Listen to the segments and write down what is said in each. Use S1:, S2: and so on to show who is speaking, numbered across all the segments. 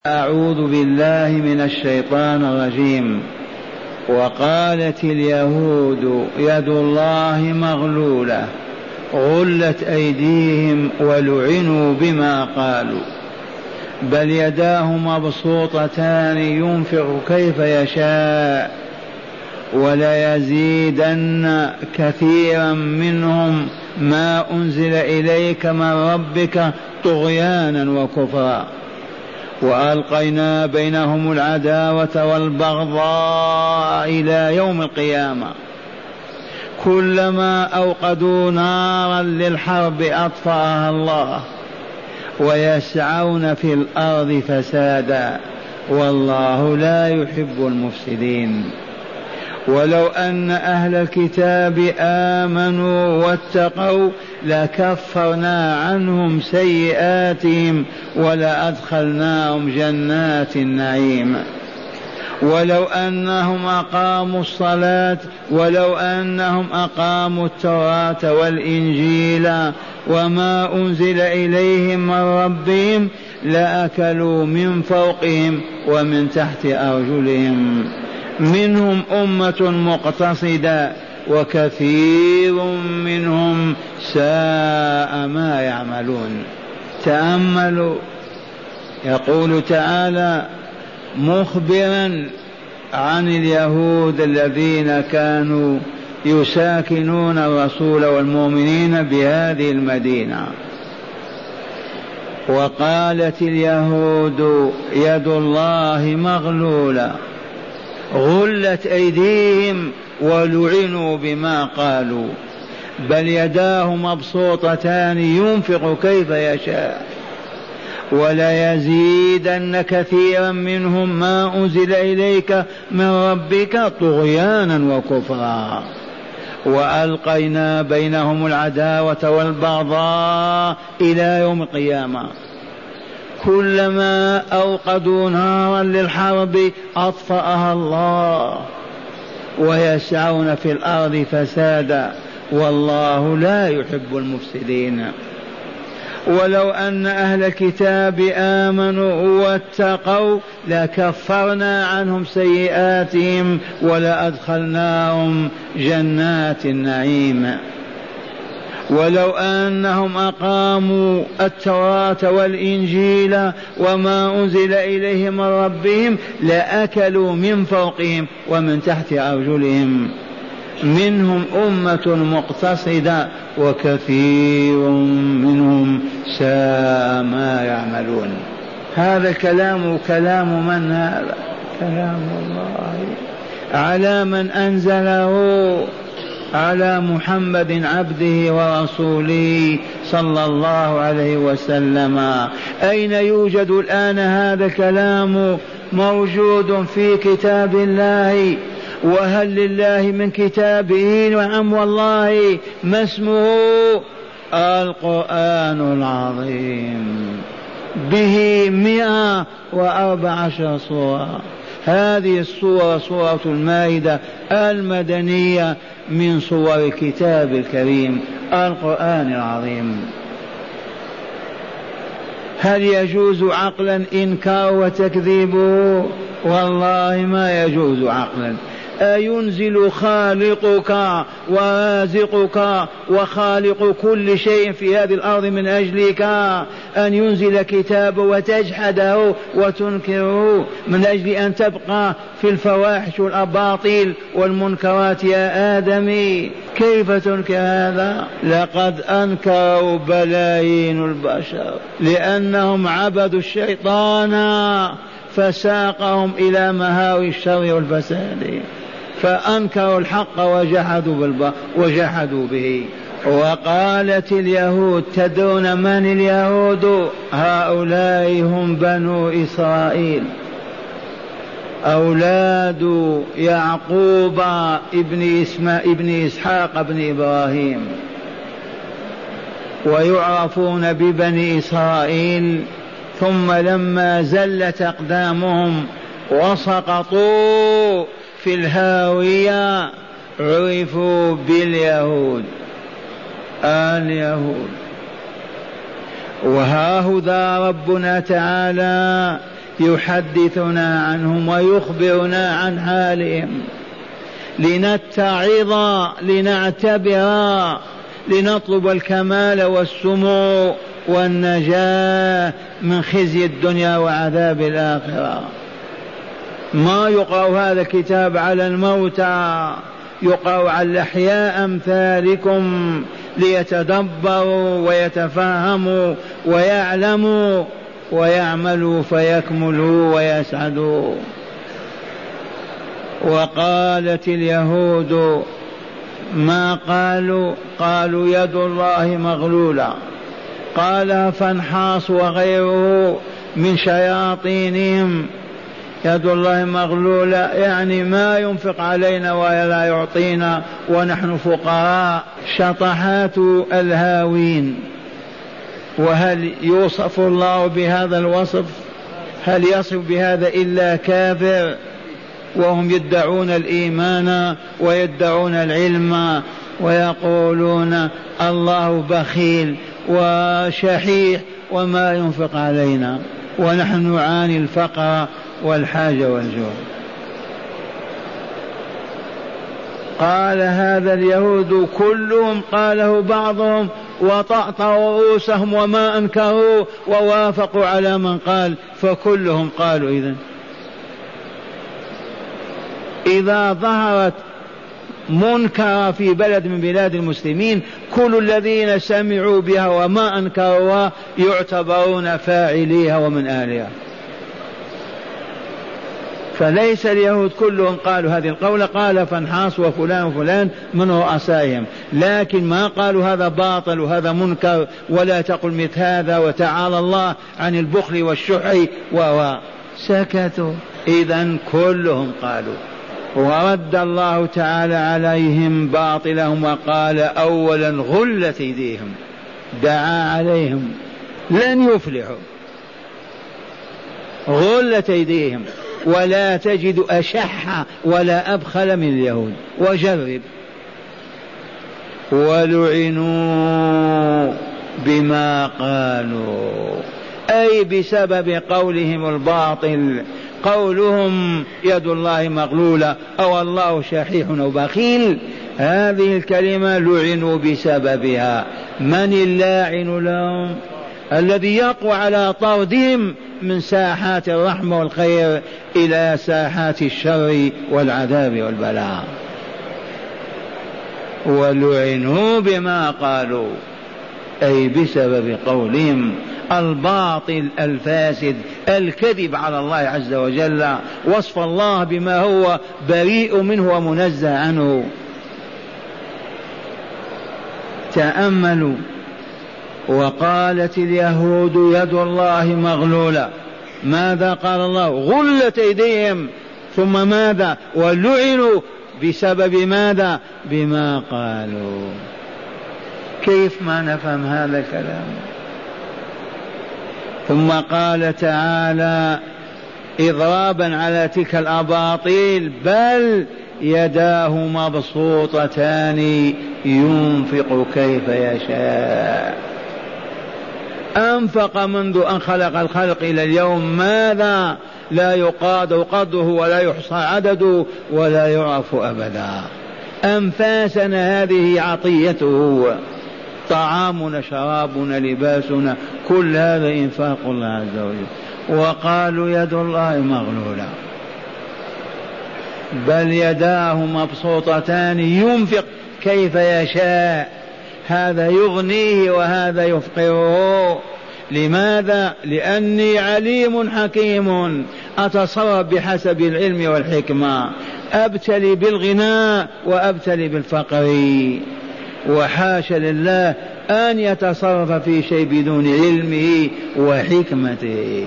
S1: أعوذ بالله من الشيطان الرجيم. وقالت اليهود يد الله مغلولة غلت أيديهم ولعنوا بما قالوا بل يداه مبسوطتان ينفق كيف يشاء وليزيدن كثيرا منهم ما أنزل إليك من ربك طغيانا وكفرا وألقينا بينهم العداوة والبغضاء إلى يوم القيامة كلما أوقدوا نارا للحرب أطفأها الله ويسعون في الأرض فسادا والله لا يحب المفسدين. ولو أن أهل الكتاب آمنوا واتقوا لكفرنا عنهم سيئاتهم ولأدخلناهم جنات النعيم. ولو أنهم أقاموا الصلاة ولو أنهم أقاموا التوراة والإنجيل وما أنزل إليهم من ربهم لأكلوا من فوقهم ومن تحت أرجلهم منهم أمة مقتصدة وكثير منهم ساء ما يعملون. تأملوا، يقول تعالى مخبرا عن اليهود الذين كانوا يساكنون الرسول والمؤمنين بهذه المدينة. وقالت اليهود يد الله مغلولة غلت أيديهم ولعنوا بما قالوا بل يداه مبسوطتان ينفق كيف يشاء وليزيدن كثيرا منهم ما أنزل إليك من ربك طغيانا وكفرا وألقينا بينهم العداوة والبغضاء إلى يوم القيامة كلما أوقدوا نارا للحرب أطفأها الله ويسعون في الأرض فسادا والله لا يحب المفسدين. ولو أن أهل الكتاب آمنوا واتقوا لكفرنا عنهم سيئاتهم ولأدخلناهم جنات النعيم. ولو أنهم أقاموا التوراة والإنجيل وما أنزل إليهم من ربهم لأكلوا من فوقهم ومن تحت أرجلهم منهم أمة مقتصدة وكثير منهم ساء ما يعملون. هذا الكلام كلام من؟ هذا كلام الله على من أنزله على محمد عبده ورسوله صلى الله عليه وسلم. أين يوجد الآن هذا الكلام؟ موجود في كتاب الله. وهل لله من كتابه؟ نعم والله. ما اسمه؟ القرآن العظيم به 114 سورة. هذه السورة سورة المائدة المدنية من صور الكتاب الكريم القرآن العظيم. هل يجوز عقلا إنكار وتكذيبه؟ والله ما يجوز عقلا. أينزل خالقك ورازقك وخالق كل شيء في هذه الأرض من أجلك أن ينزل كتابه وتجحده وتنكره من أجل أن تبقى في الفواحش والأباطيل والمنكرات؟ يا آدمي كيف تنكر هذا؟ لقد أنكروا بلايين البشر لأنهم عبدوا الشيطان فساقهم إلى مهاوي الشر والفساد فأنكروا الحق وجحدوا به. وقالت اليهود، تدرون من اليهود؟ هؤلاء هم بنو إسرائيل أولاد يعقوب ابن إسحاق ابن إبراهيم ويعرفون ببني إسرائيل. ثم لما زلت أقدامهم وسقطوا في الهاوية عرفوا باليهود اليهود. وهاهذا ربنا تعالى يحدثنا عنهم ويخبرنا عن حالهم لنتعظ لنعتبر لنطلب الكمال والسمو والنجاة من خزي الدنيا وعذاب الآخرة. ما يقرأ هذا الكتاب على الموتى، يقرأ على الأحياء أمثالكم ليتدبروا ويتفهموا ويعلموا ويعملوا فيكملوا ويسعدوا. وقالت اليهود ما قالوا يد الله مغلولة، قال فانحاص وغيره من شياطينهم يد الله مغلولة، يعني ما ينفق علينا ولا يعطينا ونحن فقراء، شطحات الهاوين. وهل يوصف الله بهذا الوصف؟ هل يصف بهذا إلا كافر؟ وهم يدعون الإيمان ويدعون العلم ويقولون الله بخيل وشحيح وما ينفق علينا ونحن نعاني الفقر والحاجة والجوع. قال هذا اليهود كلهم، قاله بعضهم وطأطأوا رؤوسهم وما أنكروا ووافقوا على من قال، فكلهم قالوا. إذا ظهرت منكرة في بلد من بلاد المسلمين كل الذين سمعوا بها وما أنكروها يعتبرون فاعليها ومن آلها. فليس اليهود كلهم قالوا هذه القولة، قال فانحاص وفلان وفلان من رؤسائهم، لكن ما قالوا هذا باطل وهذا منكر ولا تقل مثل هذا وتعالى الله عن البخل والشح وسكتوا. إذن كلهم قالوا. ورد الله تعالى عليهم باطلهم وقال أولا غلت أيديهم، دعا عليهم لن يفلحوا، غلت أيديهم ولا تجد أشح ولا أبخل من اليهود. وجرب. ولعنوا بما قالوا، أي بسبب قولهم الباطل، قولهم يد الله مغلولة أو الله شحيح أو بخيل، هذه الكلمة لعنوا بسببها. من اللاعن لهم؟ الذي يقوى على طردهم من ساحات الرحمة والخير إلى ساحات الشر والعذاب والبلاء. ولعنوا بما قالوا، أي بسبب قولهم الباطل الفاسد، الكذب على الله عز وجل، وصف الله بما هو بريء منه ومنزه عنه. تأملوا. وقالت اليهود يد الله مغلولة، ماذا قال الله؟ غلت أيديهم، ثم ماذا؟ ولعنوا بسبب ماذا؟ بما قالوا. كيف ما نفهم هذا الكلام؟ ثم قال تعالى إضرابا على تلك الأباطيل بل يداه مبسوطتان ينفق كيف يشاء. أنفق منذ أن خلق الخلق إلى اليوم ماذا؟ لا يقادر قدره ولا يحصى عدده ولا يعرف أبدا. أنفاسنا هذه عطيته، طعامنا شرابنا لباسنا، كل هذا إنفاق الله عز وجل. وقالوا يد الله مغلولة بل يداه مبسوطتان ينفق كيف يشاء. هذا يغنيه وهذا يفقره. لماذا؟ لأني عليم حكيم أتصرف بحسب العلم والحكمة، أبتلي بالغنى وأبتلي بالفقر، وحاشا لله أن يتصرف في شيء بدون علمه وحكمته.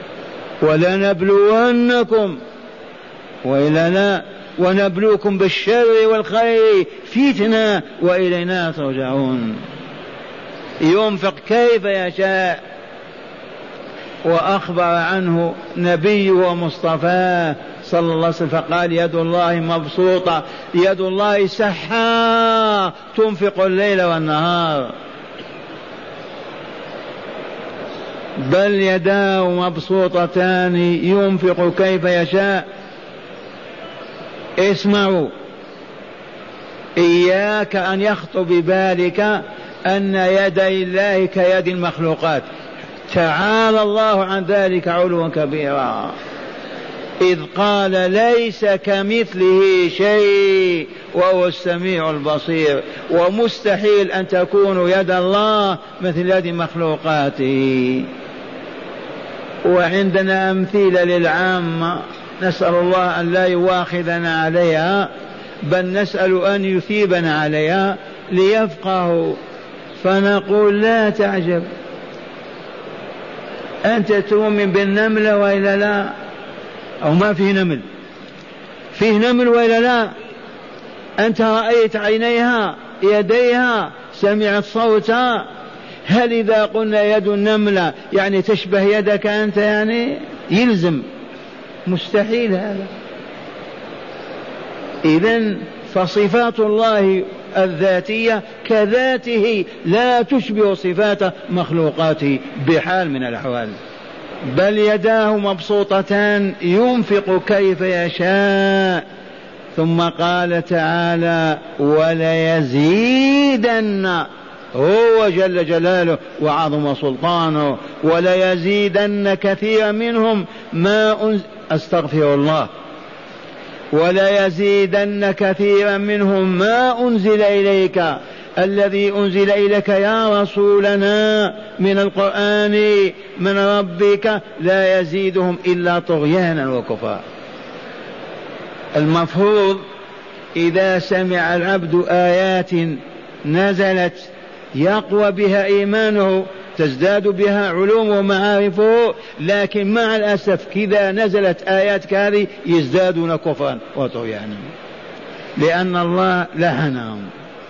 S1: ولنبلونكم وإلنا ونبلوكم بالشر والخير فتنة وإلينا ترجعون. ينفق كيف يشاء. وأخبر عنه نبيه ومصطفاه صلى الله عليه وسلم فقال يد الله مبسوطة، يد الله سحاء تنفق الليل والنهار. بل يداه مبسوطتان ينفق كيف يشاء. اسمعوا، إياك أن يخطر ببالك أن يدي الله كيد المخلوقات، تعالى الله عن ذلك علوا كبيرا، إذ قال ليس كمثله شيء وهو السميع البصير، ومستحيل أن تكون يد الله مثل يد مخلوقاته. وعندنا أمثلة للعامة نسأل الله أن لا يواخذنا عليها، بل نسأل أن يثيبنا عليها ليفقهوا. فنقول لا تعجب، أنت تؤمن بالنملة وإلا لا؟ أو ما فيه نمل؟ فيه نمل وإلا لا؟ أنت رأيت عينيها يديها سمعت صوتها؟ هل إذا قلنا يد النملة يعني تشبه يدك أنت؟ يعني يلزم، مستحيل هذا. إذن فصفات الله الذاتية كذاته لا تشبه صفات مخلوقاته بحال من الأحوال. بل يداه مبسوطتان ينفق كيف يشاء. ثم قال تعالى وليزيدن، هو جل جلاله وعظم سلطانه، وليزيدن كثيرا منهم استغفر الله، وليزيدن كثيرا منهم ما أنزل إليك، الذي أنزل إليك يا رسولنا من القرآن من ربك، لا يزيدهم إلا طغيانا وكفرا. المفروض إذا سمع العبد آيات نزلت يقوى بها إيمانه، تزداد بها علومه ومعارفه، لكن مع الأسف إذا نزلت آيات كهذه يزدادون كفرا وطغيانا، لأن الله لعنهم.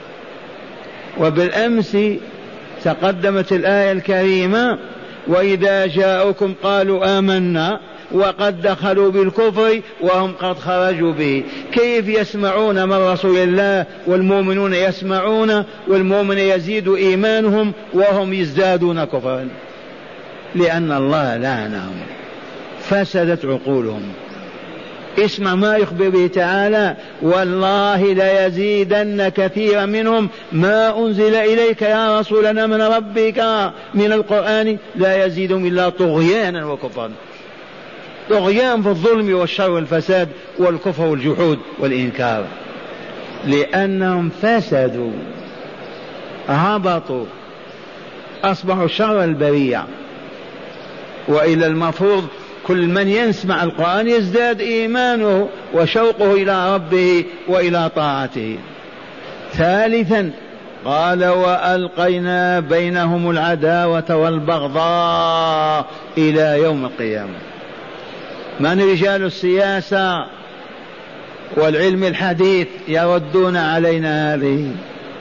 S1: وبالأمس تقدمت الآية الكريمة وإذا جاءوكم قالوا آمنا وقد دخلوا بالكفر وهم قد خرجوا به. كيف يسمعون من رسول الله والمؤمنون يسمعون والمؤمن يزيد إيمانهم وهم يزدادون كفرا؟ لأن الله لعنهم، فسدت عقولهم. اسمع ما يخبر به تعالى والله ليزيدن كثيرا منهم ما أنزل إليك يا رسولنا من ربك من القرآن لا يزيدهم إلا طغيانا وكفرا. طغيان في الظلم والشر والفساد والكفر والجحود والإنكار، لأنهم فسدوا هبطوا أصبحوا شر البرية. وإلى المفروض كل من يسمع القرآن يزداد إيمانه وشوقه إلى ربه وإلى طاعته. ثالثا قال وألقينا بينهم العداوة والبغضاء إلى يوم القيامة. من رجال السياسة والعلم الحديث يردون علينا هذه.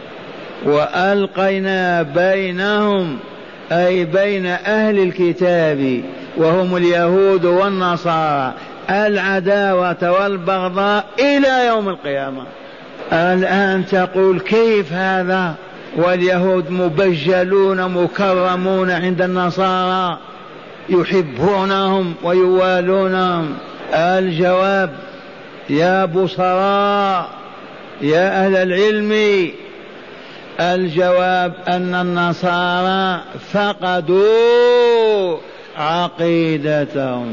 S1: وألقينا بينهم أي بين أهل الكتاب وهم اليهود والنصارى العداوة والبغضاء إلى يوم القيامة. الآن تقول كيف هذا واليهود مبجلون مكرمون عند النصارى يحبونهم ويوالونهم؟ الجواب يا بصراء يا أهل العلم، الجواب أن النصارى فقدوا عقيدتهم،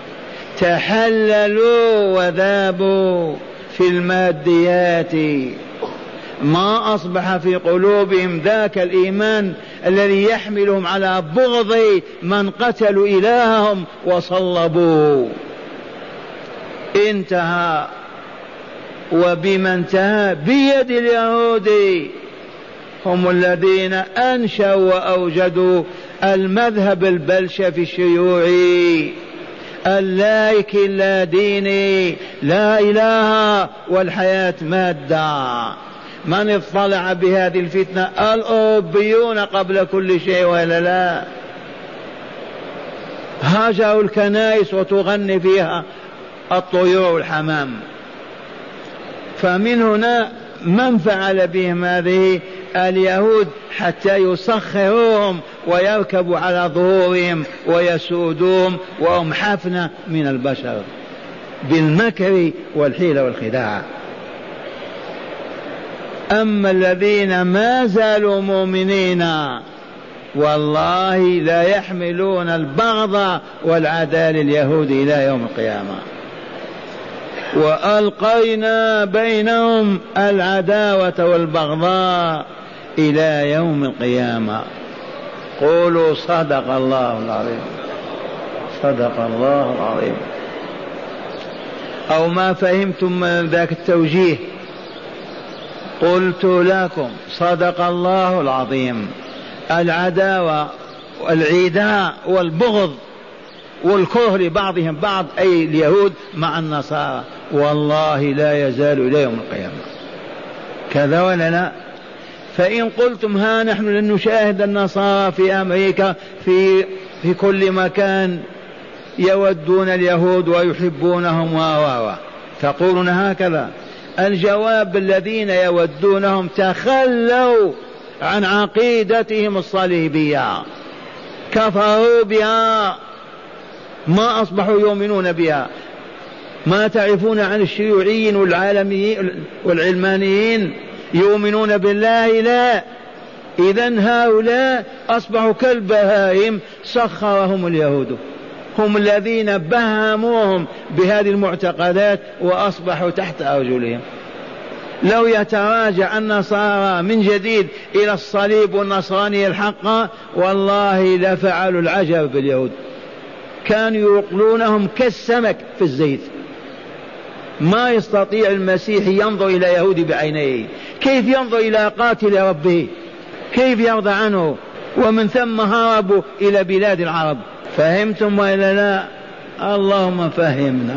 S1: تحللوا وذابوا في الماديات، ما أصبح في قلوبهم ذاك الإيمان الذي يحملهم على بغض من قتلوا إلههم وصلبوه. انتهى. وبما انتهى؟ بيد اليهود، هم الذين أنشأوا وأوجدوا المذهب البلشفي الشيوعي اللايك اللاديني، لا إله والحياة مادة. من اطلع بهذه الفتنة؟ الأوروبيون قبل كل شيء ولا لا؟ هاجروا الكنائس وتغني فيها الطيور والحمام. فمن هنا من فعل بهم هذه اليهود حتى يسخروهم ويركبوا على ظهورهم ويسودوهم وهم حفنة من البشر بالمكر والحيلة والخداع. أما الذين ما زالوا مؤمنين والله لا يحملون البغض والعداء لليهود إلى يوم القيامة، وألقينا بينهم العداوة والبغضاء إلى يوم القيامة. قولوا صدق الله العظيم. صدق الله العظيم. أو ما فهمتم من ذاك التوجيه؟ قلت لكم صدق الله العظيم. العداوة والعداء والبغض والكره لبعضهم بعض أي اليهود مع النصارى والله لا يزال إلى يوم القيامة، كذا ولا لا؟ فإن قلتم ها نحن لن نشاهد النصارى في أمريكا في كل مكان يودون اليهود ويحبونهم تقولون هكذا. الجواب الذين يودونهم تخلوا عن عقيدتهم الصليبية، كفروا بها، ما أصبحوا يؤمنون بها. ما تعرفون عن الشيوعيين والعلمانيين يؤمنون بالله؟ لا. إذن هؤلاء أصبحوا كالبهائم سخرهم اليهود، هم الذين بهموهم بهذه المعتقدات وأصبحوا تحت أرجلهم. لو يتراجع النصارى من جديد إلى الصليب والنصرانية الحق والله لفعلوا العجب باليهود، كانوا يقلونهم كالسمك في الزيت. ما يستطيع المسيح ينظر إلى يهودي بعينيه، كيف ينظر إلى قاتل ربه؟ كيف يرضى عنه؟ ومن ثم هربوا إلى بلاد العرب. فهمتم وإلا لا؟ اللهم فهمنا.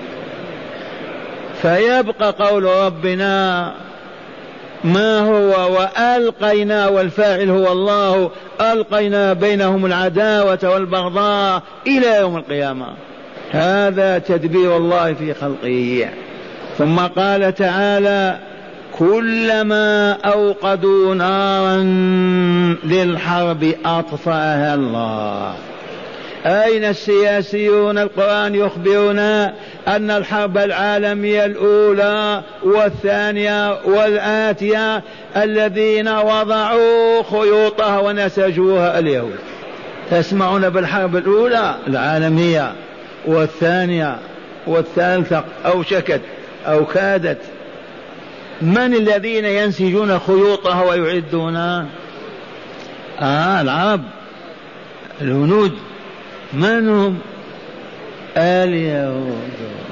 S1: فيبقى قول ربنا ما هو وألقينا، والفاعل هو الله، ألقينا بينهم العداوة والبغضاء إلى يوم القيامة. هذا تدبير الله في خلقه. ثم قال تعالى كلما أوقدوا نارا للحرب أطفأها الله. أين السياسيون؟ القرآن يخبرنا أن الحرب العالمية الأولى والثانية والآتية الذين وضعوا خيوطها ونسجوها اليهود. تسمعون بالحرب الأولى العالمية والثانية والثالثة أوشكت أو كادت. من الذين ينسجون خيوطها ويعدونها؟ العرب، الهنود. من هم؟ اليهود.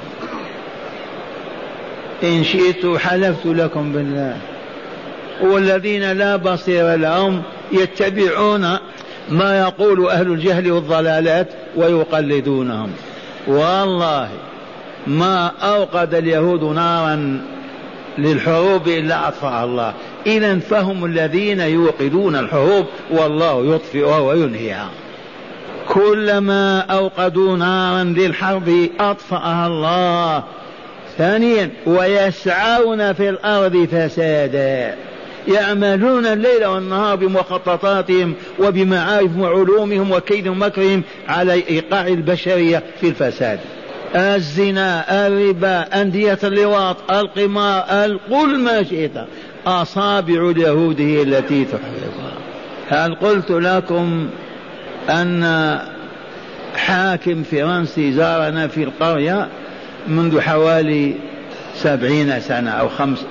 S1: إن شئت حلفت لكم بالله. والذين لا بصير لهم يتبعون ما يقول أهل الجهل والضلالات ويقلدونهم. والله ما أوقد اليهود نارا للحروب إلا أطفأها الله. إذن فهم الذين يوقدون الحروب والله يطفئها وينهيها. كلما أوقدوا نارا للحرب أطفأها الله. ثانيا ويسعون في الأرض فسادا، يعملون الليل والنهار بمخططاتهم وبمعارفهم وعلومهم وكيدهم ومكرهم على إيقاع البشرية في الفساد. الزنا، الربا، أندية اللواط، القمار، قل ما شئت. أصابع اليهود هي التي تحرقها. هل قلت لكم أن حاكم فرنسي زارنا في القرية منذ حوالي 70 سنة أو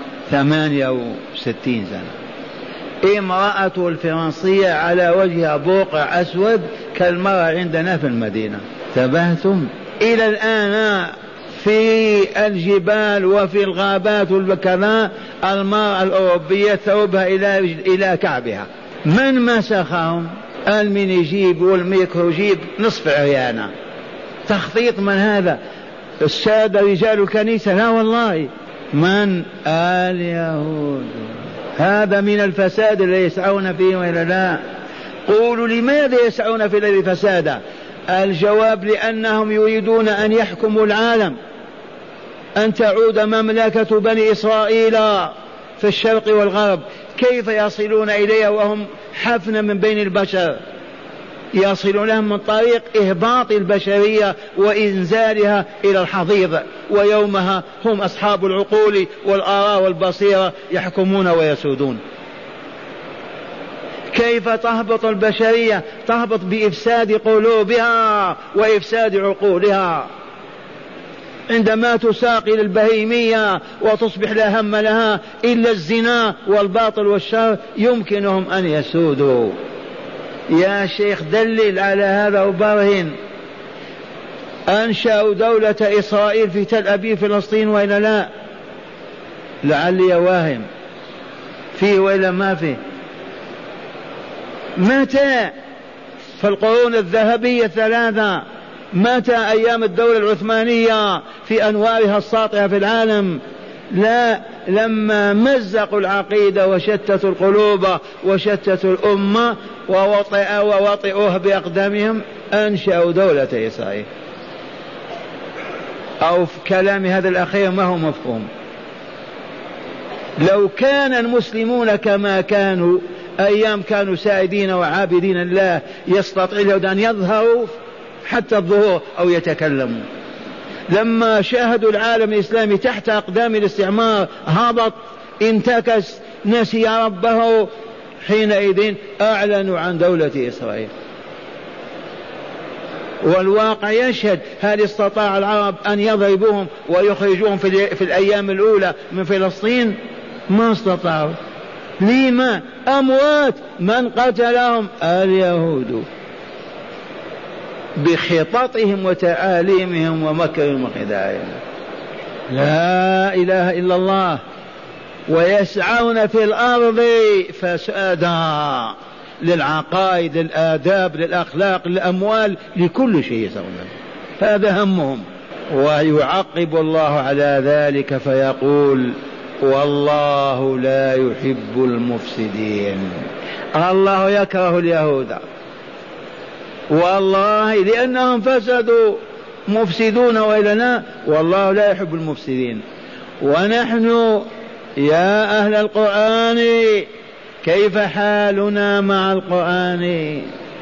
S1: 68 سنة؟ امرأته الفرنسية على وجهها بقع أسود كالمرأة عندنا في المدينة. تبهتم؟ إلى الآن في الجبال وفي الغابات والكذا المرأة الأوروبية ثوبها إلى كعبها. من مسخهم؟ المينيجيب والميكروجيب نصف عريانة. تخطيط من هذا؟ السادة رجال الكنيسة؟ لا والله. من؟ اليهود. هذا من الفساد الذي يسعون فيه وإلا لا؟ قولوا لماذا يسعون في الذي فسادا؟ الجواب لأنهم يريدون أن يحكموا العالم، أن تعود مملكة بني إسرائيل في الشرق والغرب، كيف يصلون إليها وهم حفنة من بين البشر؟ يصلون لهم من طريق إهباط البشرية وإنزالها إلى الحضيض، ويومها هم أصحاب العقول والآراء والبصيرة يحكمون ويسودون. كيف تهبط البشرية؟ تهبط بإفساد قلوبها وإفساد عقولها. عندما تساق إلى البهيمية وتصبح لا هم لها إلا الزنا والباطل والشر يمكنهم أن يسودوا. يا شيخ دلل على هذا وبرهن. أنشأوا دولة إسرائيل في تل أبيب فلسطين وإلا لا؟ لعلي واهم فيه وإلا ما فيه؟ متى؟ في القرون الذهبية الثلاثة. متى؟ أيام الدولة العثمانية في أنوارها الساطعة في العالم. لا، لما مزقوا العقيدة وشتتوا القلوب وشتتوا الأمة ووطئوها بأقدامهم أنشأوا دولة إسرائيل. أو في كلام هذا الأخير ما هو مفهوم؟ لو كان المسلمون كما كانوا أيام كانوا سائدين وعابدين الله يستطيع اليهود أن يظهروا حتى الظهور أو يتكلموا. لما شاهدوا العالم الإسلامي تحت أقدام الاستعمار هبط انتكس نسي ربه، حينئذ أعلنوا عن دولة إسرائيل. والواقع يشهد. هل استطاع العرب أن يضربوهم ويخرجوهم في الأيام الأولى من فلسطين؟ ما استطاعوا. لما؟ أموات. من قتلهم؟ اليهود بخططهم وتعاليمهم ومكرهم وخداعهم. لا إله إلا الله. ويسعون في الأرض فسادا للعقائد للآداب للأخلاق للأموال لكل شيء يسعون. هذا همهم. ويعقب الله على ذلك فيقول والله لا يحب المفسدين. الله يكره اليهود والله لأنهم فسدوا مفسدون وإلنا، والله لا يحب المفسدين. ونحن يا أهل القرآن كيف حالنا مع القرآن؟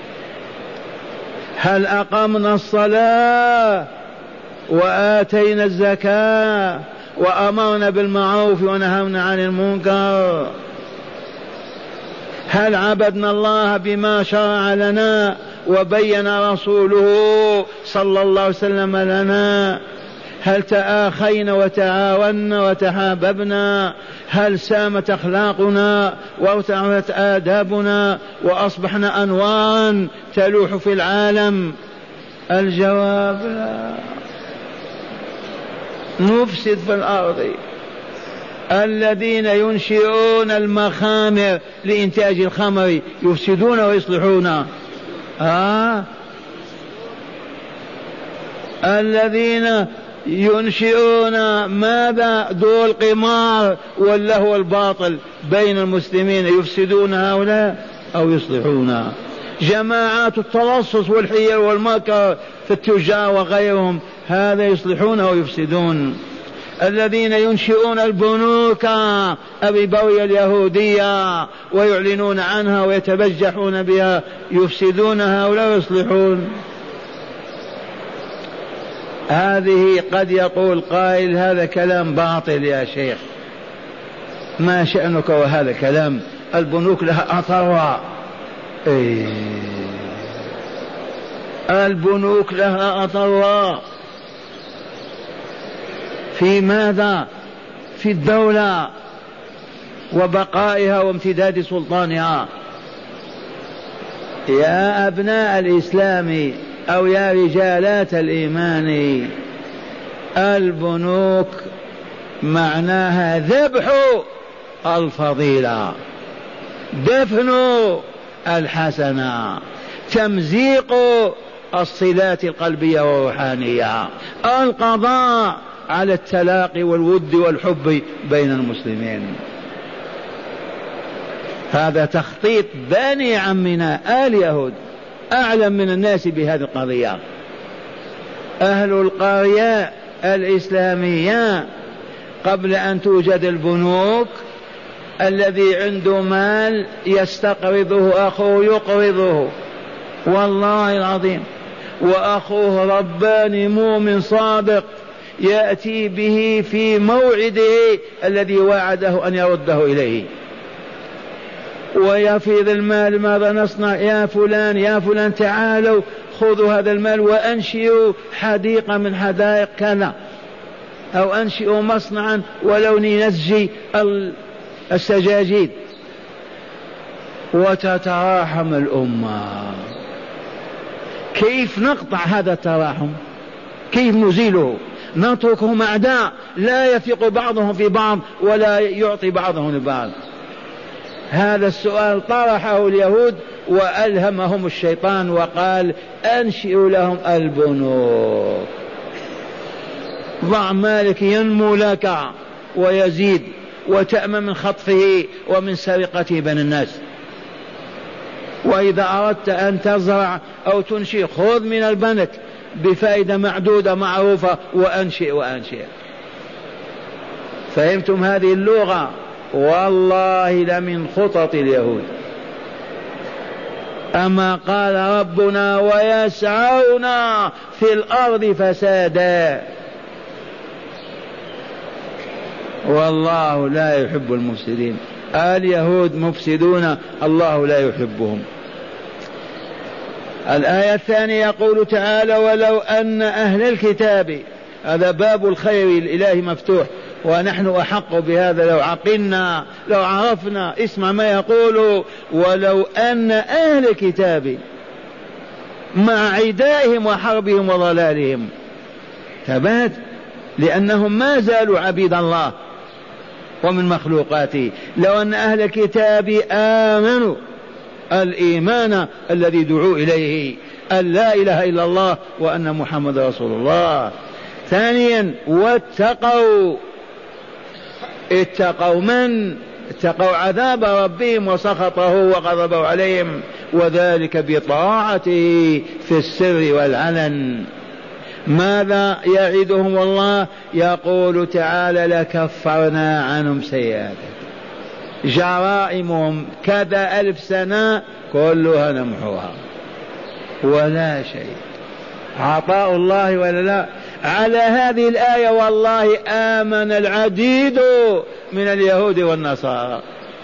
S1: هل أقمنا الصلاة وآتينا الزكاة وأمرنا بالمعروف ونهونا عن المنكر؟ هل عبدنا الله بما شرع لنا وبين رسوله صلى الله عليه وسلم لنا؟ هل تآخينا وتعاوننا وتحاببنا؟ هل سامت أخلاقنا وارتفعت آدابنا وأصبحنا أنوارا تلوح في العالم؟ الجواب لا. نفسد في الأرض. الذين ينشئون المخامر لإنتاج الخمر يفسدون ويصلحون. الذين ينشئون ماذا؟ دور القمار واللهو الباطل بين المسلمين يفسدون هؤلاء أو يصلحون. جماعات التلصص والحيل والمكر في التجار وغيرهم هذا يصلحون أو يفسدون. الذين ينشئون البنوك الربوية اليهودية ويعلنون عنها ويتبجحون بها يفسدون هؤلاء ويصلحون. هذه قد يقول قائل هذا كلام باطل يا شيخ، ما شأنك وهذا كلام؟ البنوك لها أثر. البنوك لها أثر في ماذا؟ في الدولة وبقائها وامتداد سلطانها. يا أبناء الإسلام أو يا رجالات الإيمان، البنوك معناها ذبح الفضيلة، دفن الحسنة، تمزيق الصلات القلبية والروحانية، القضاء على التلاقي والود والحب بين المسلمين. هذا تخطيط بني عمنا اليهود، أعلم من الناس بهذه القضية. أهل القرية الإسلامية قبل أن توجد البنوك الذي عنده مال يستقرضه أخوه يقرضه، والله العظيم، وأخوه رباني مؤمن صادق يأتي به في موعده الذي وعده أن يرده إليه، ويفيض المال. ماذا نصنع يا فلان يا فلان؟ تعالوا خذوا هذا المال وأنشئوا حديقة من حدائق كذا، أو أنشئوا مصنعا ولو نسجي السجاجيد. وتتراحم الأمة. كيف نقطع هذا التراحم؟ كيف نزيله؟ نتركهم أعداء لا يثق بعضهم في بعض ولا يعطي بعضهم لبعض. هذا السؤال طرحه اليهود وألهمهم الشيطان وقال أنشئوا لهم البنوك، ضع مالك ينمو لك ويزيد وتأمن من خطفه ومن سرقته بين الناس. وإذا أردت أن تزرع أو تنشئ خذ من البنك بفائدة معدودة معروفة وأنشئ. فهمتم هذه اللغة؟ والله لمن خطط اليهود. أما قال ربنا ويسعون في الأرض فسادا، والله لا يحب المفسدين. اليهود مفسدون الله لا يحبهم. الآية الثانية يقول تعالى ولو أن أهل الكتاب، هذا باب الخير الإلهي مفتوح ونحن أحق بهذا لو عقلنا لو عرفنا. اسمع ما يقول ولو أن أهل الكتاب مع عدائهم وحربهم وضلالهم ثبات، لأنهم ما زالوا عبيد الله ومن مخلوقاته. لو أن أهل الكتاب آمنوا الإيمان الذي دعوا إليه أن لا إله إلا الله وأن محمد رسول الله. ثانيا واتقوا، اتقوا من؟ اتقوا عذاب ربهم وسخطه وغضبه عليهم، وذلك بطاعته في السر والعلن. ماذا يعدهم الله؟ يقول تعالى لكفرنا عنهم سيئاتهم، جرائمهم كذا 1000 سنة كلها نمحوها ولا شيء. عطاء الله ولا لا؟ على هذه الآية والله آمن العديد من اليهود والنصارى،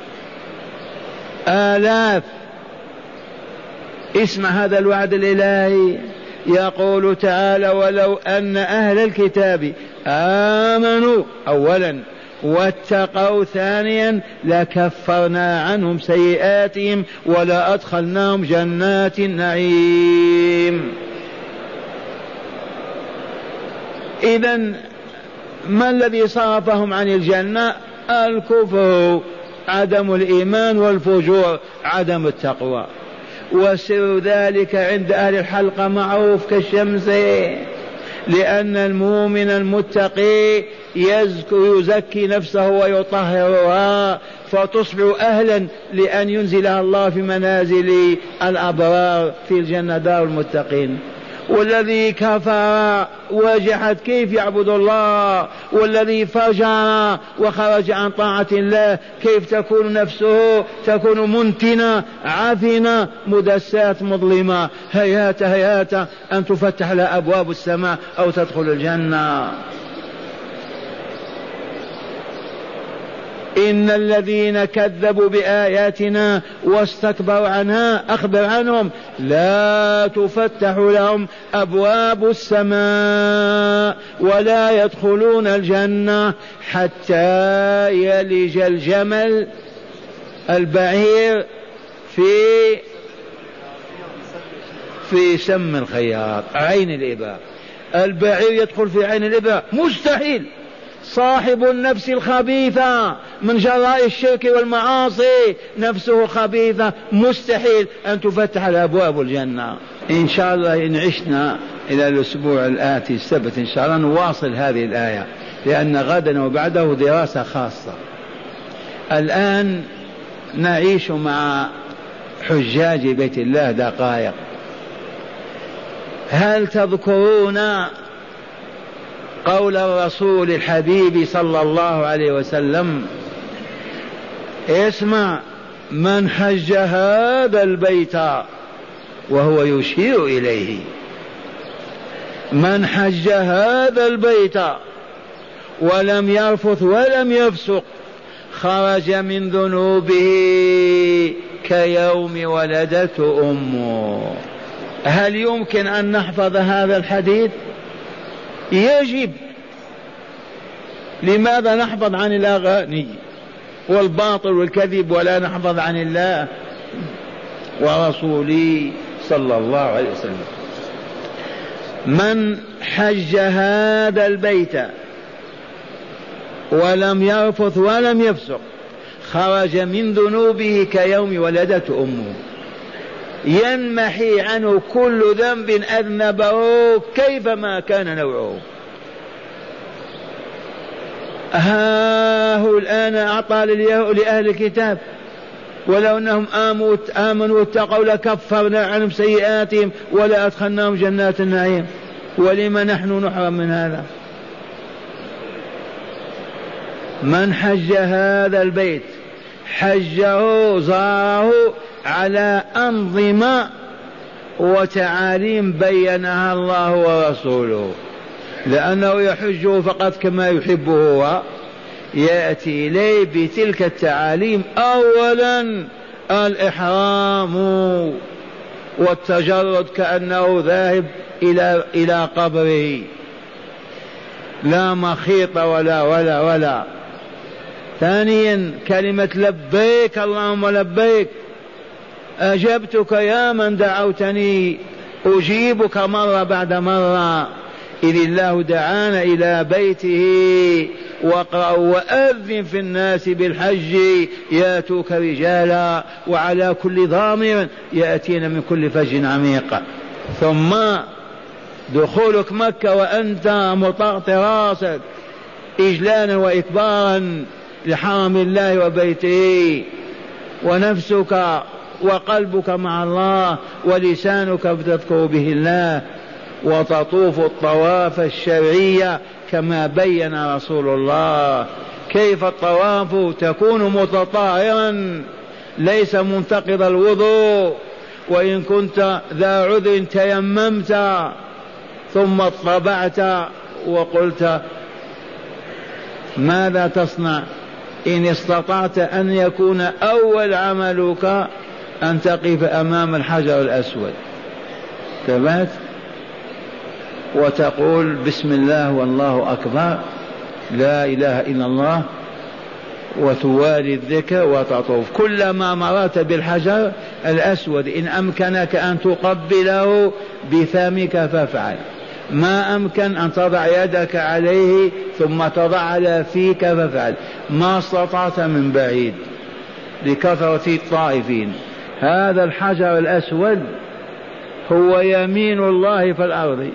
S1: آلاف. اسمع هذا الوعد الإلهي، يقول تعالى ولو أن أهل الكتاب آمنوا أولا واتقوا ثانيا لكفرنا عنهم سيئاتهم ولا أدخلناهم جنات النعيم. إذن ما الذي صرفهم عن الجنة؟ الكفر، عدم الإيمان، والفجور، عدم التقوى. وسر ذلك عند أهل الحلقة معروف كالشمس، لأن المؤمن المتقي يزكي نفسه ويطهرها فتصبح أهلا لأن ينزلها الله في منازل الأبرار في الجنة دار المتقين. والذي كفر وجحد كيف يعبد الله؟ والذي فجر وخرج عن طاعة الله كيف تكون نفسه؟ تكون منتنة عفنة مدسات مظلمة، هيهات هيهات أن تفتح لها أبواب السماء أو تدخل الجنة. إن الذين كذبوا بآياتنا واستكبروا عنها أخبر عنهم لا تفتح لهم أبواب السماء ولا يدخلون الجنة حتى يلج الجمل البعير في سم الخياط، عين الإبرة. البعير يدخل في عين الإبرة؟ مستحيل. صاحب النفس الخبيثة من جراء الشرك والمعاصي نفسه خبيثة، مستحيل أن تفتح الأبواب الجنة. إن شاء الله إن عشنا إلى الأسبوع الآتي السبت إن شاء الله نواصل هذه الآية، لأن غدا وبعده دراسة خاصة. الآن نعيش مع حجاج بيت الله دقائق. هل تذكرون قول الرسول الحبيب صلى الله عليه وسلم اسمع، من حج هذا البيت، وهو يشير إليه، من حج هذا البيت ولم يرفث ولم يفسق خرج من ذنوبه كيوم ولدته أمه. هل يمكن أن نحفظ هذا الحديث؟ يجب. لماذا نحفظ عن الأغاني والباطل والكذب ولا نحفظ عن الله ورسوله صلى الله عليه وسلم؟ من حج هذا البيت ولم يرفث ولم يفسق خرج من ذنوبه كيوم ولدته أمه. ينمحي عنه كل ذنب أذنبه كيفما كان نوعه. هو الآن أعطى لأهل الكتاب ولو أنهم آمنوا واتقوا لكفرنا عنهم سيئاتهم ولا أدخلناهم جنات النعيم. ولما نحن نحرم من هذا؟ من حج هذا البيت حجه زاره على أنظمة وتعاليم بينها الله ورسوله، لأنه يحجه فقط كما يحبه هو، يأتي إليه بتلك التعاليم. أولا الإحرام والتجرد كأنه ذاهب إلى قبره، لا مخيط ولا ولا ولا. ثانيا كلمة لبيك اللهم لبيك، أجبتك يا من دعوتني، أجيبك مرة بعد مرة، إذ الله دعانا إلى بيته واقرأ وأذن في الناس بالحج ياتوك رجالا وعلى كل ضامر يأتين من كل فج عميق. ثم دخولك مكة وأنت مطرط راسك إجلالا وإكبارا لحرم الله وبيته، ونفسك وقلبك مع الله ولسانك بتذكر به الله، وتطوف الطواف الشرعي كما بين رسول الله. كيف الطواف؟ تكون متطهرا ليس منتقض الوضوء، وإن كنت ذا عذر تيممت ثم اطبعت وقلت ماذا تصنع؟ إن استطعت أن يكون أول عملك أن تقف أمام الحجر الأسود ثبات وتقول بسم الله والله أكبر لا إله إلا الله، وتوالي الذكر وتطوف. كلما مررت بالحجر الأسود إن أمكنك أن تقبله بفمك فافعل، ما أمكن أن تضع يدك عليه ثم تضع على فيك فافعل، ما استطعت من بعيد لكثرة الطائفين. هذا الحجر الأسود هو يمين الله في الأرض،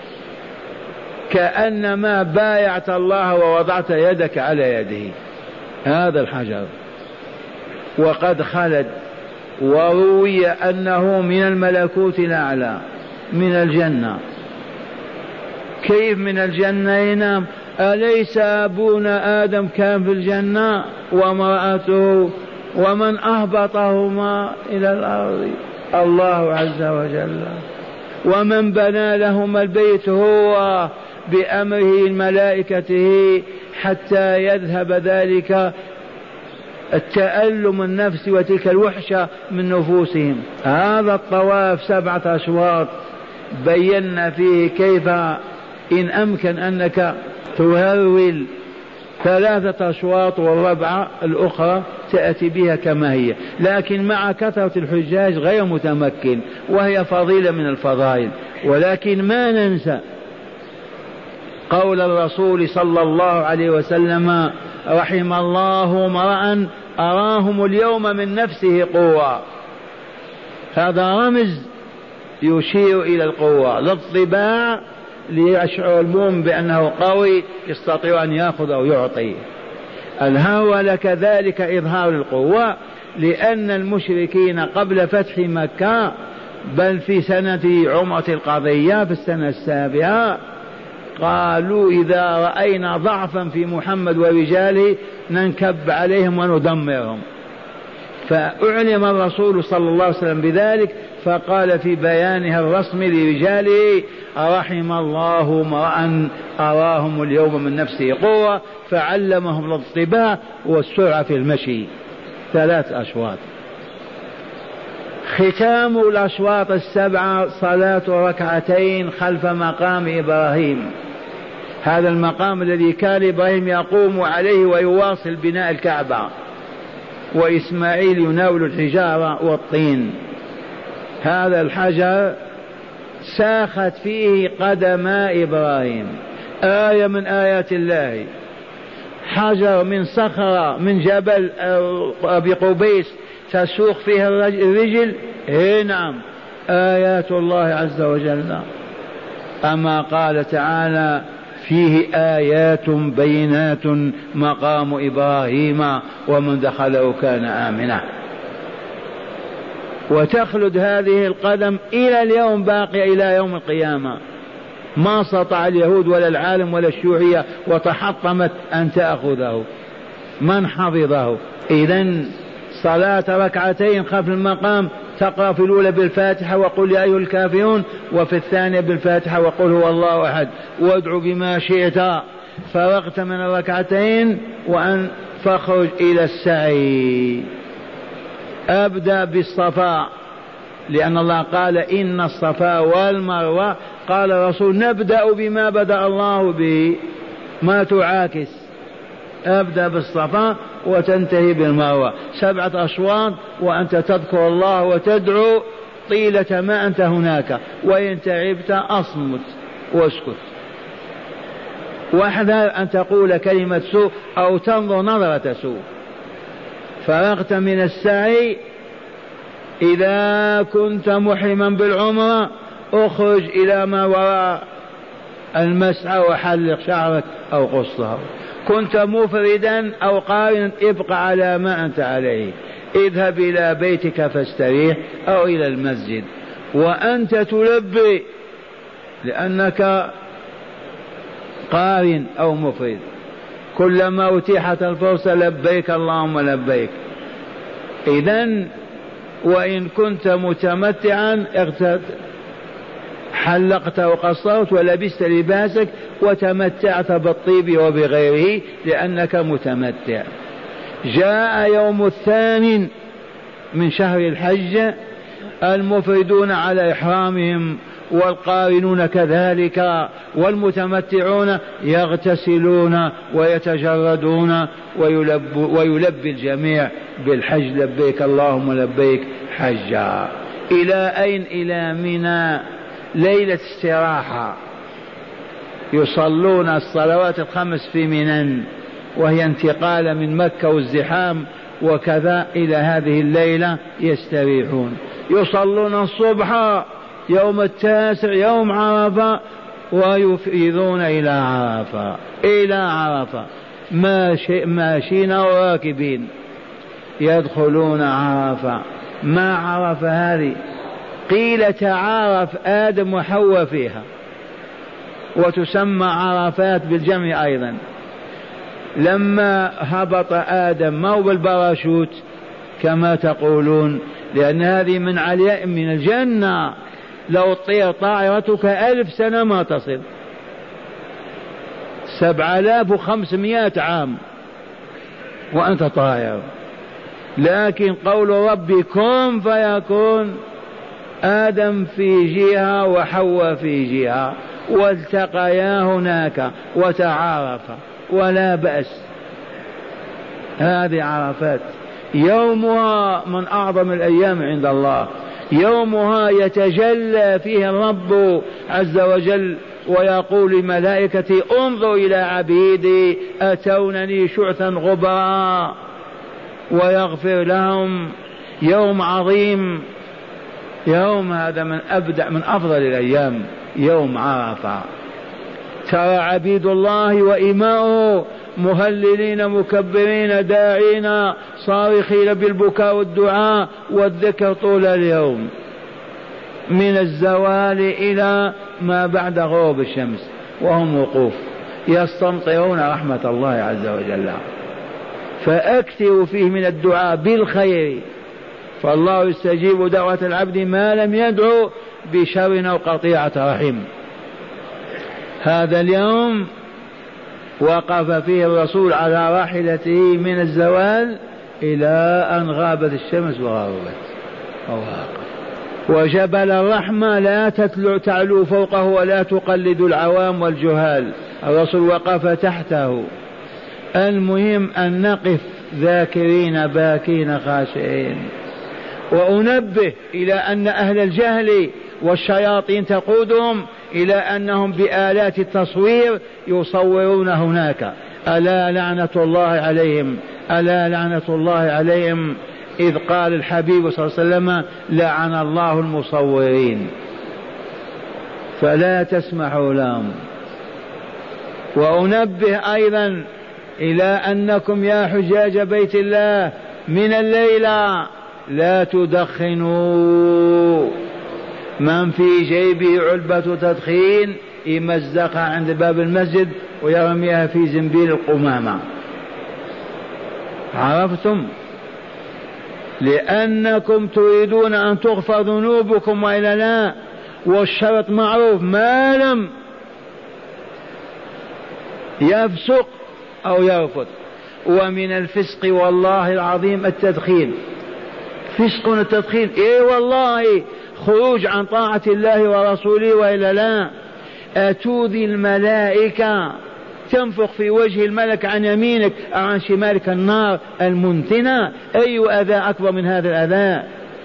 S1: كأنما بايعت الله ووضعت يدك على يده. هذا الحجر وقد خلد وروي أنه من الملكوت الأعلى من الجنة. كيف من الجنة؟ ينام؟ أليس أبونا آدم كان في الجنة وامرأته، ومن أهبطهما إلى الأرض؟ الله عز وجل. ومن بنى لهما البيت هو بأمره ملائكته حتى يذهب ذلك التألم النفسي وتلك الوحشة من نفوسهم. هذا الطواف 7 أشواط بينا فيه كيف إن أمكن أنك تهرول 3 أشواط والربعة الأخرى تأتي بها كما هي، لكن مع كثرة الحجاج غير متمكن، وهي فضيلة من الفضائل. ولكن ما ننسى قول الرسول صلى الله عليه وسلم رحم الله امرأ أراهم اليوم من نفسه قوة. هذا رمز يشير إلى القوة، للطباع، ليشعر المؤمن بأنه قوي يستطيع أن يأخذ أو يعطي. الهول كذلك إظهار القوة، لأن المشركين قبل فتح مكة بل في سنة عمرة القضية في السنة 7 قالوا إذا رأينا ضعفا في محمد ورجاله ننكب عليهم وندمرهم. فأعلم الرسول صلى الله عليه وسلم بذلك، فقال في بيانها الرسمي لرجاله: رحم الله امرأ أراهم اليوم من نفسه قوة فعلمهم الاطباع والسرعة في المشي. 3 أشواط. ختام الأشواط 7 صلاة ركعتين خلف مقام إبراهيم، هذا المقام الذي كان إبراهيم يقوم عليه ويواصل بناء الكعبة، وإسماعيل يناول الحجارة والطين. هذا الحجر ساخت فيه قدما إبراهيم، آية من آيات الله. حجر من صخرة من جبل أبي قبيس تسوق فيها الرجل، نعم، آيات الله عز وجل. أما قال تعالى: فيه آيات بينات مقام إبراهيم ومن دخله كان آمنا. وتخلد هذه القدم إلى اليوم، باقية إلى يوم القيامة. ما استطاع اليهود ولا العالم ولا الشيوعية وتحطمت أن تأخذه. من حفظه؟ إذن صلاة ركعتين خلف المقام تقرأ في الأولى بالفاتحة وقل يا أيها الكافرون، وفي الثانية بالفاتحة وقل هو الله أحد وادعو بما شئت. فرغت من الركعتين وأن فاخرج إلى السعي. أبدأ بالصفا، لأن الله قال: إن الصفا والمروة. قال الرسول: نبدأ بما بدأ الله به، ما تعاكس. أبدأ بالصفا وتنتهي بالمروة. 7 أشواط وأنت تذكر الله وتدعو طيلة ما أنت هناك، وإن تعبت أصمت واسكت، واحذر أن تقول كلمة سوء أو تنظر نظرة سوء. فرغت من السعي، إذا كنت محرما بالعمرة اخرج إلى ما وراء المسعى وحلق شعرك أو قصه. كنت مفردا أو قارنا ابقى على ما أنت عليه، اذهب إلى بيتك فاستريح أو إلى المسجد وأنت تلبي، لأنك قارن أو مفرد. كلما أتيحت الفرصة لبيك اللهم لبيك. إذن وإن كنت متمتعا حلقت وقصرت ولبست لباسك وتمتعت بالطيب وبغيره لأنك متمتع. جاء يوم 2 من شهر الحج، المفردون على إحرامهم والقارنون كذلك والمتمتعون يغتسلون ويتجردون ويلبي الجميع بالحج: لبيك اللهم لبيك حجا. إلى أين؟ إلى منى، ليلة استراحة، يصلون الصلوات ال5 في منى، وهي انتقال من مكة والزحام وكذا إلى هذه الليلة يستريحون. يصلون الصبح يوم 9 يوم عرفة ويفيضون إلى عرفة، إلى عرفة ماشين وراكبين يدخلون عرفة. ما عرف هذه؟ قيل تعارف آدم وحواء فيها، وتسمى عرفات بالجمع أيضا. لما هبط آدم ما هو بالباراشوت كما تقولون، لأن هذه من علياء من الجنة، لو طير طائرتك 1000 سنة ما تصل، 7500 عام وأنت طائر. لكن قول ربي كن فيكون، آدم في جهة وحواء في جهة والتقيا هناك وتعارفا ولا بأس. هذه عرفات، يومها من أعظم الأيام عند الله، يومها يتجلى فيه الرب عز وجل ويقول لملائكتي: انظروا إلى عبيدي أتونني شعثا غبرا، ويغفر لهم. يوم عظيم، يوم هذا من أبدع من أفضل الأيام، يوم عرفة. ترى عبيد الله وإماؤه مهللين مكبرين داعين صارخين بالبكاء والدعاء والذكر طول اليوم، من الزوال إلى ما بعد غروب الشمس، وهم وقوف يستمطرون رحمة الله عز وجل. فأكثروا فيه من الدعاء بالخير فالله يستجيب دعوة العبد ما لم يدعو بشر أو قطيعة رحم. هذا اليوم وقف فيه الرسول على راحلته من الزوال إلى أن غابت الشمس وغربت، وجبل الرحمة لا تعلو فوقه ولا تقلد العوام والجهال، الرسول وقف تحته. المهم أن نقف ذاكرين باكين خاشعين. وأنبه إلى أن أهل الجهل والشياطين تقودهم إلى أنهم بآلات التصوير يصورون هناك. ألا لعنة الله عليهم، ألا لعنة الله عليهم، إذ قال الحبيب صلى الله عليه وسلم لعن الله المصورين، فلا تسمحوا لهم. وأنبه أيضا إلى أنكم يا حجاج بيت الله من الليلة لا تدخنوا، من في جيبه علبة تدخين يمزقها عند باب المسجد ويرميها في زنبيل القمامة. عرفتم؟ لأنكم تريدون أن تغفر ذنوبكم وإلا لا، والشرط معروف ما لم يفسق أو يرفض. ومن الفسق والله العظيم التدخين، فسق التدخين إيه والله، خروج عن طاعة الله ورسوله وإلا لا. أتوذي الملائكة، تنفخ في وجه الملك عن يمينك أو عن شمالك النار المنتنة، أي أذى أكبر من هذا الأذى؟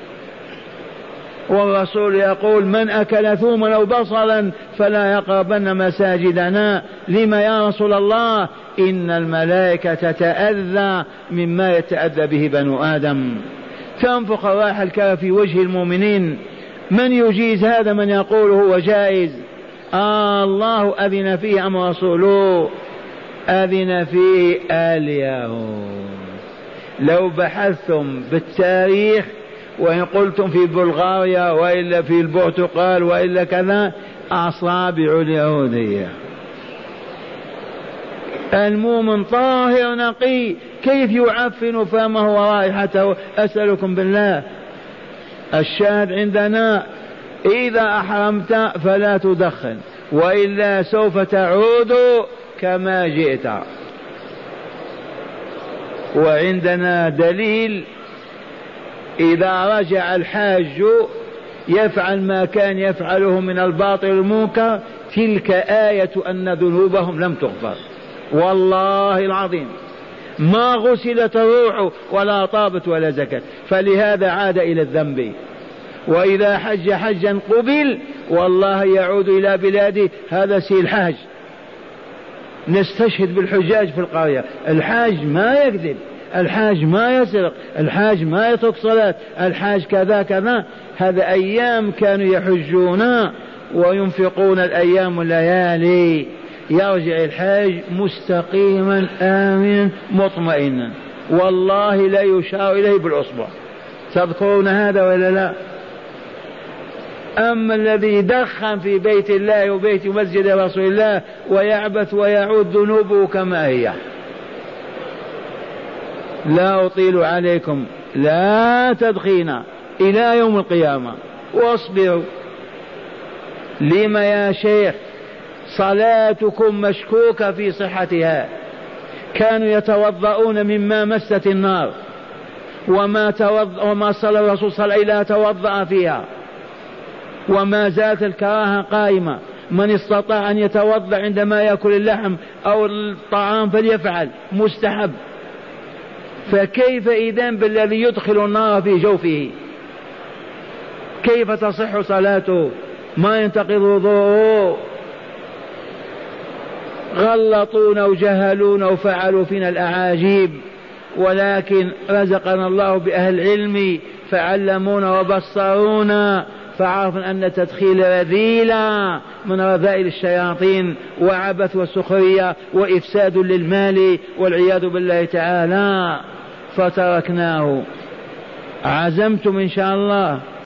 S1: والرسول يقول من أكل ثوما أو بصلا فلا يقربن مساجدنا. لما يا رسول الله؟ إن الملائكة تتأذى مما يتأذى به بنو آدم. تنفخ الرائحة الكريهة في وجه المؤمنين. من يجيز هذا؟ من يقول هو جائز؟ الله أذن فيه أم رسوله؟ أذن فيه اليهود. لو بحثتم بالتاريخ وإن قلتم في بلغاريا وإلا في البرتقال وإلا كذا، أصابع اليهودية. المؤمن طاهر نقي كيف يعفن فمه ورائحته؟ أسألكم بالله. الشاهد عندنا إذا أحرمت فلا تدخن، وإلا سوف تعود كما جئت. وعندنا دليل إذا رجع الحاج يفعل ما كان يفعله من الباطل المنكر، تلك آية أن ذنوبهم لم تغفر. والله العظيم ما غسلت الروح ولا طابت ولا زكت، فلهذا عاد إلى الذنب. وإذا حج حجا قبل والله يعود إلى بلاده. هذا سي الحاج، نستشهد بالحجاج في القرية. الحاج ما يكذب، الحاج ما يسرق، الحاج ما يترك صلاة، الحاج كذا كذا. هذا أيام كانوا يحجون وينفقون الأيام والليالي. يرجع الحاج مستقيما آمنا مطمئنا، والله لا يشار إليه بالأصبع. تذكرون هذا ولا لا؟ أما الذي دخن في بيت الله وبيت مسجد رسول الله ويعبث ويعود ذنوبه كما هي. لا أطيل عليكم، لا تدخين إلى يوم القيامة، واصبروا. لما يا شيخ؟ صلاتكم مشكوكة في صحتها. كانوا يتوضؤون مما مست النار، وما صلى الرسول صلى الله عليه وسلم توضأ فيها، وما زالت الكراهة قائمة. من استطاع أن يتوضأ عندما يأكل اللحم أو الطعام فليفعل، مستحب. فكيف إذن بالذي يدخل النار في جوفه؟ كيف تصح صلاته؟ ما ينتقض وضوءه. غلطونا وجهلونا وفعلوا فينا الأعاجيب، ولكن رزقنا الله بأهل العلم فعلمونا وبصرونا، فعرفنا أن التدخيل رذيلة من رذائل الشياطين وعبث وسخرية وإفساد للمال والعياذ بالله تعالى، فتركناه. عزمتم إن شاء الله.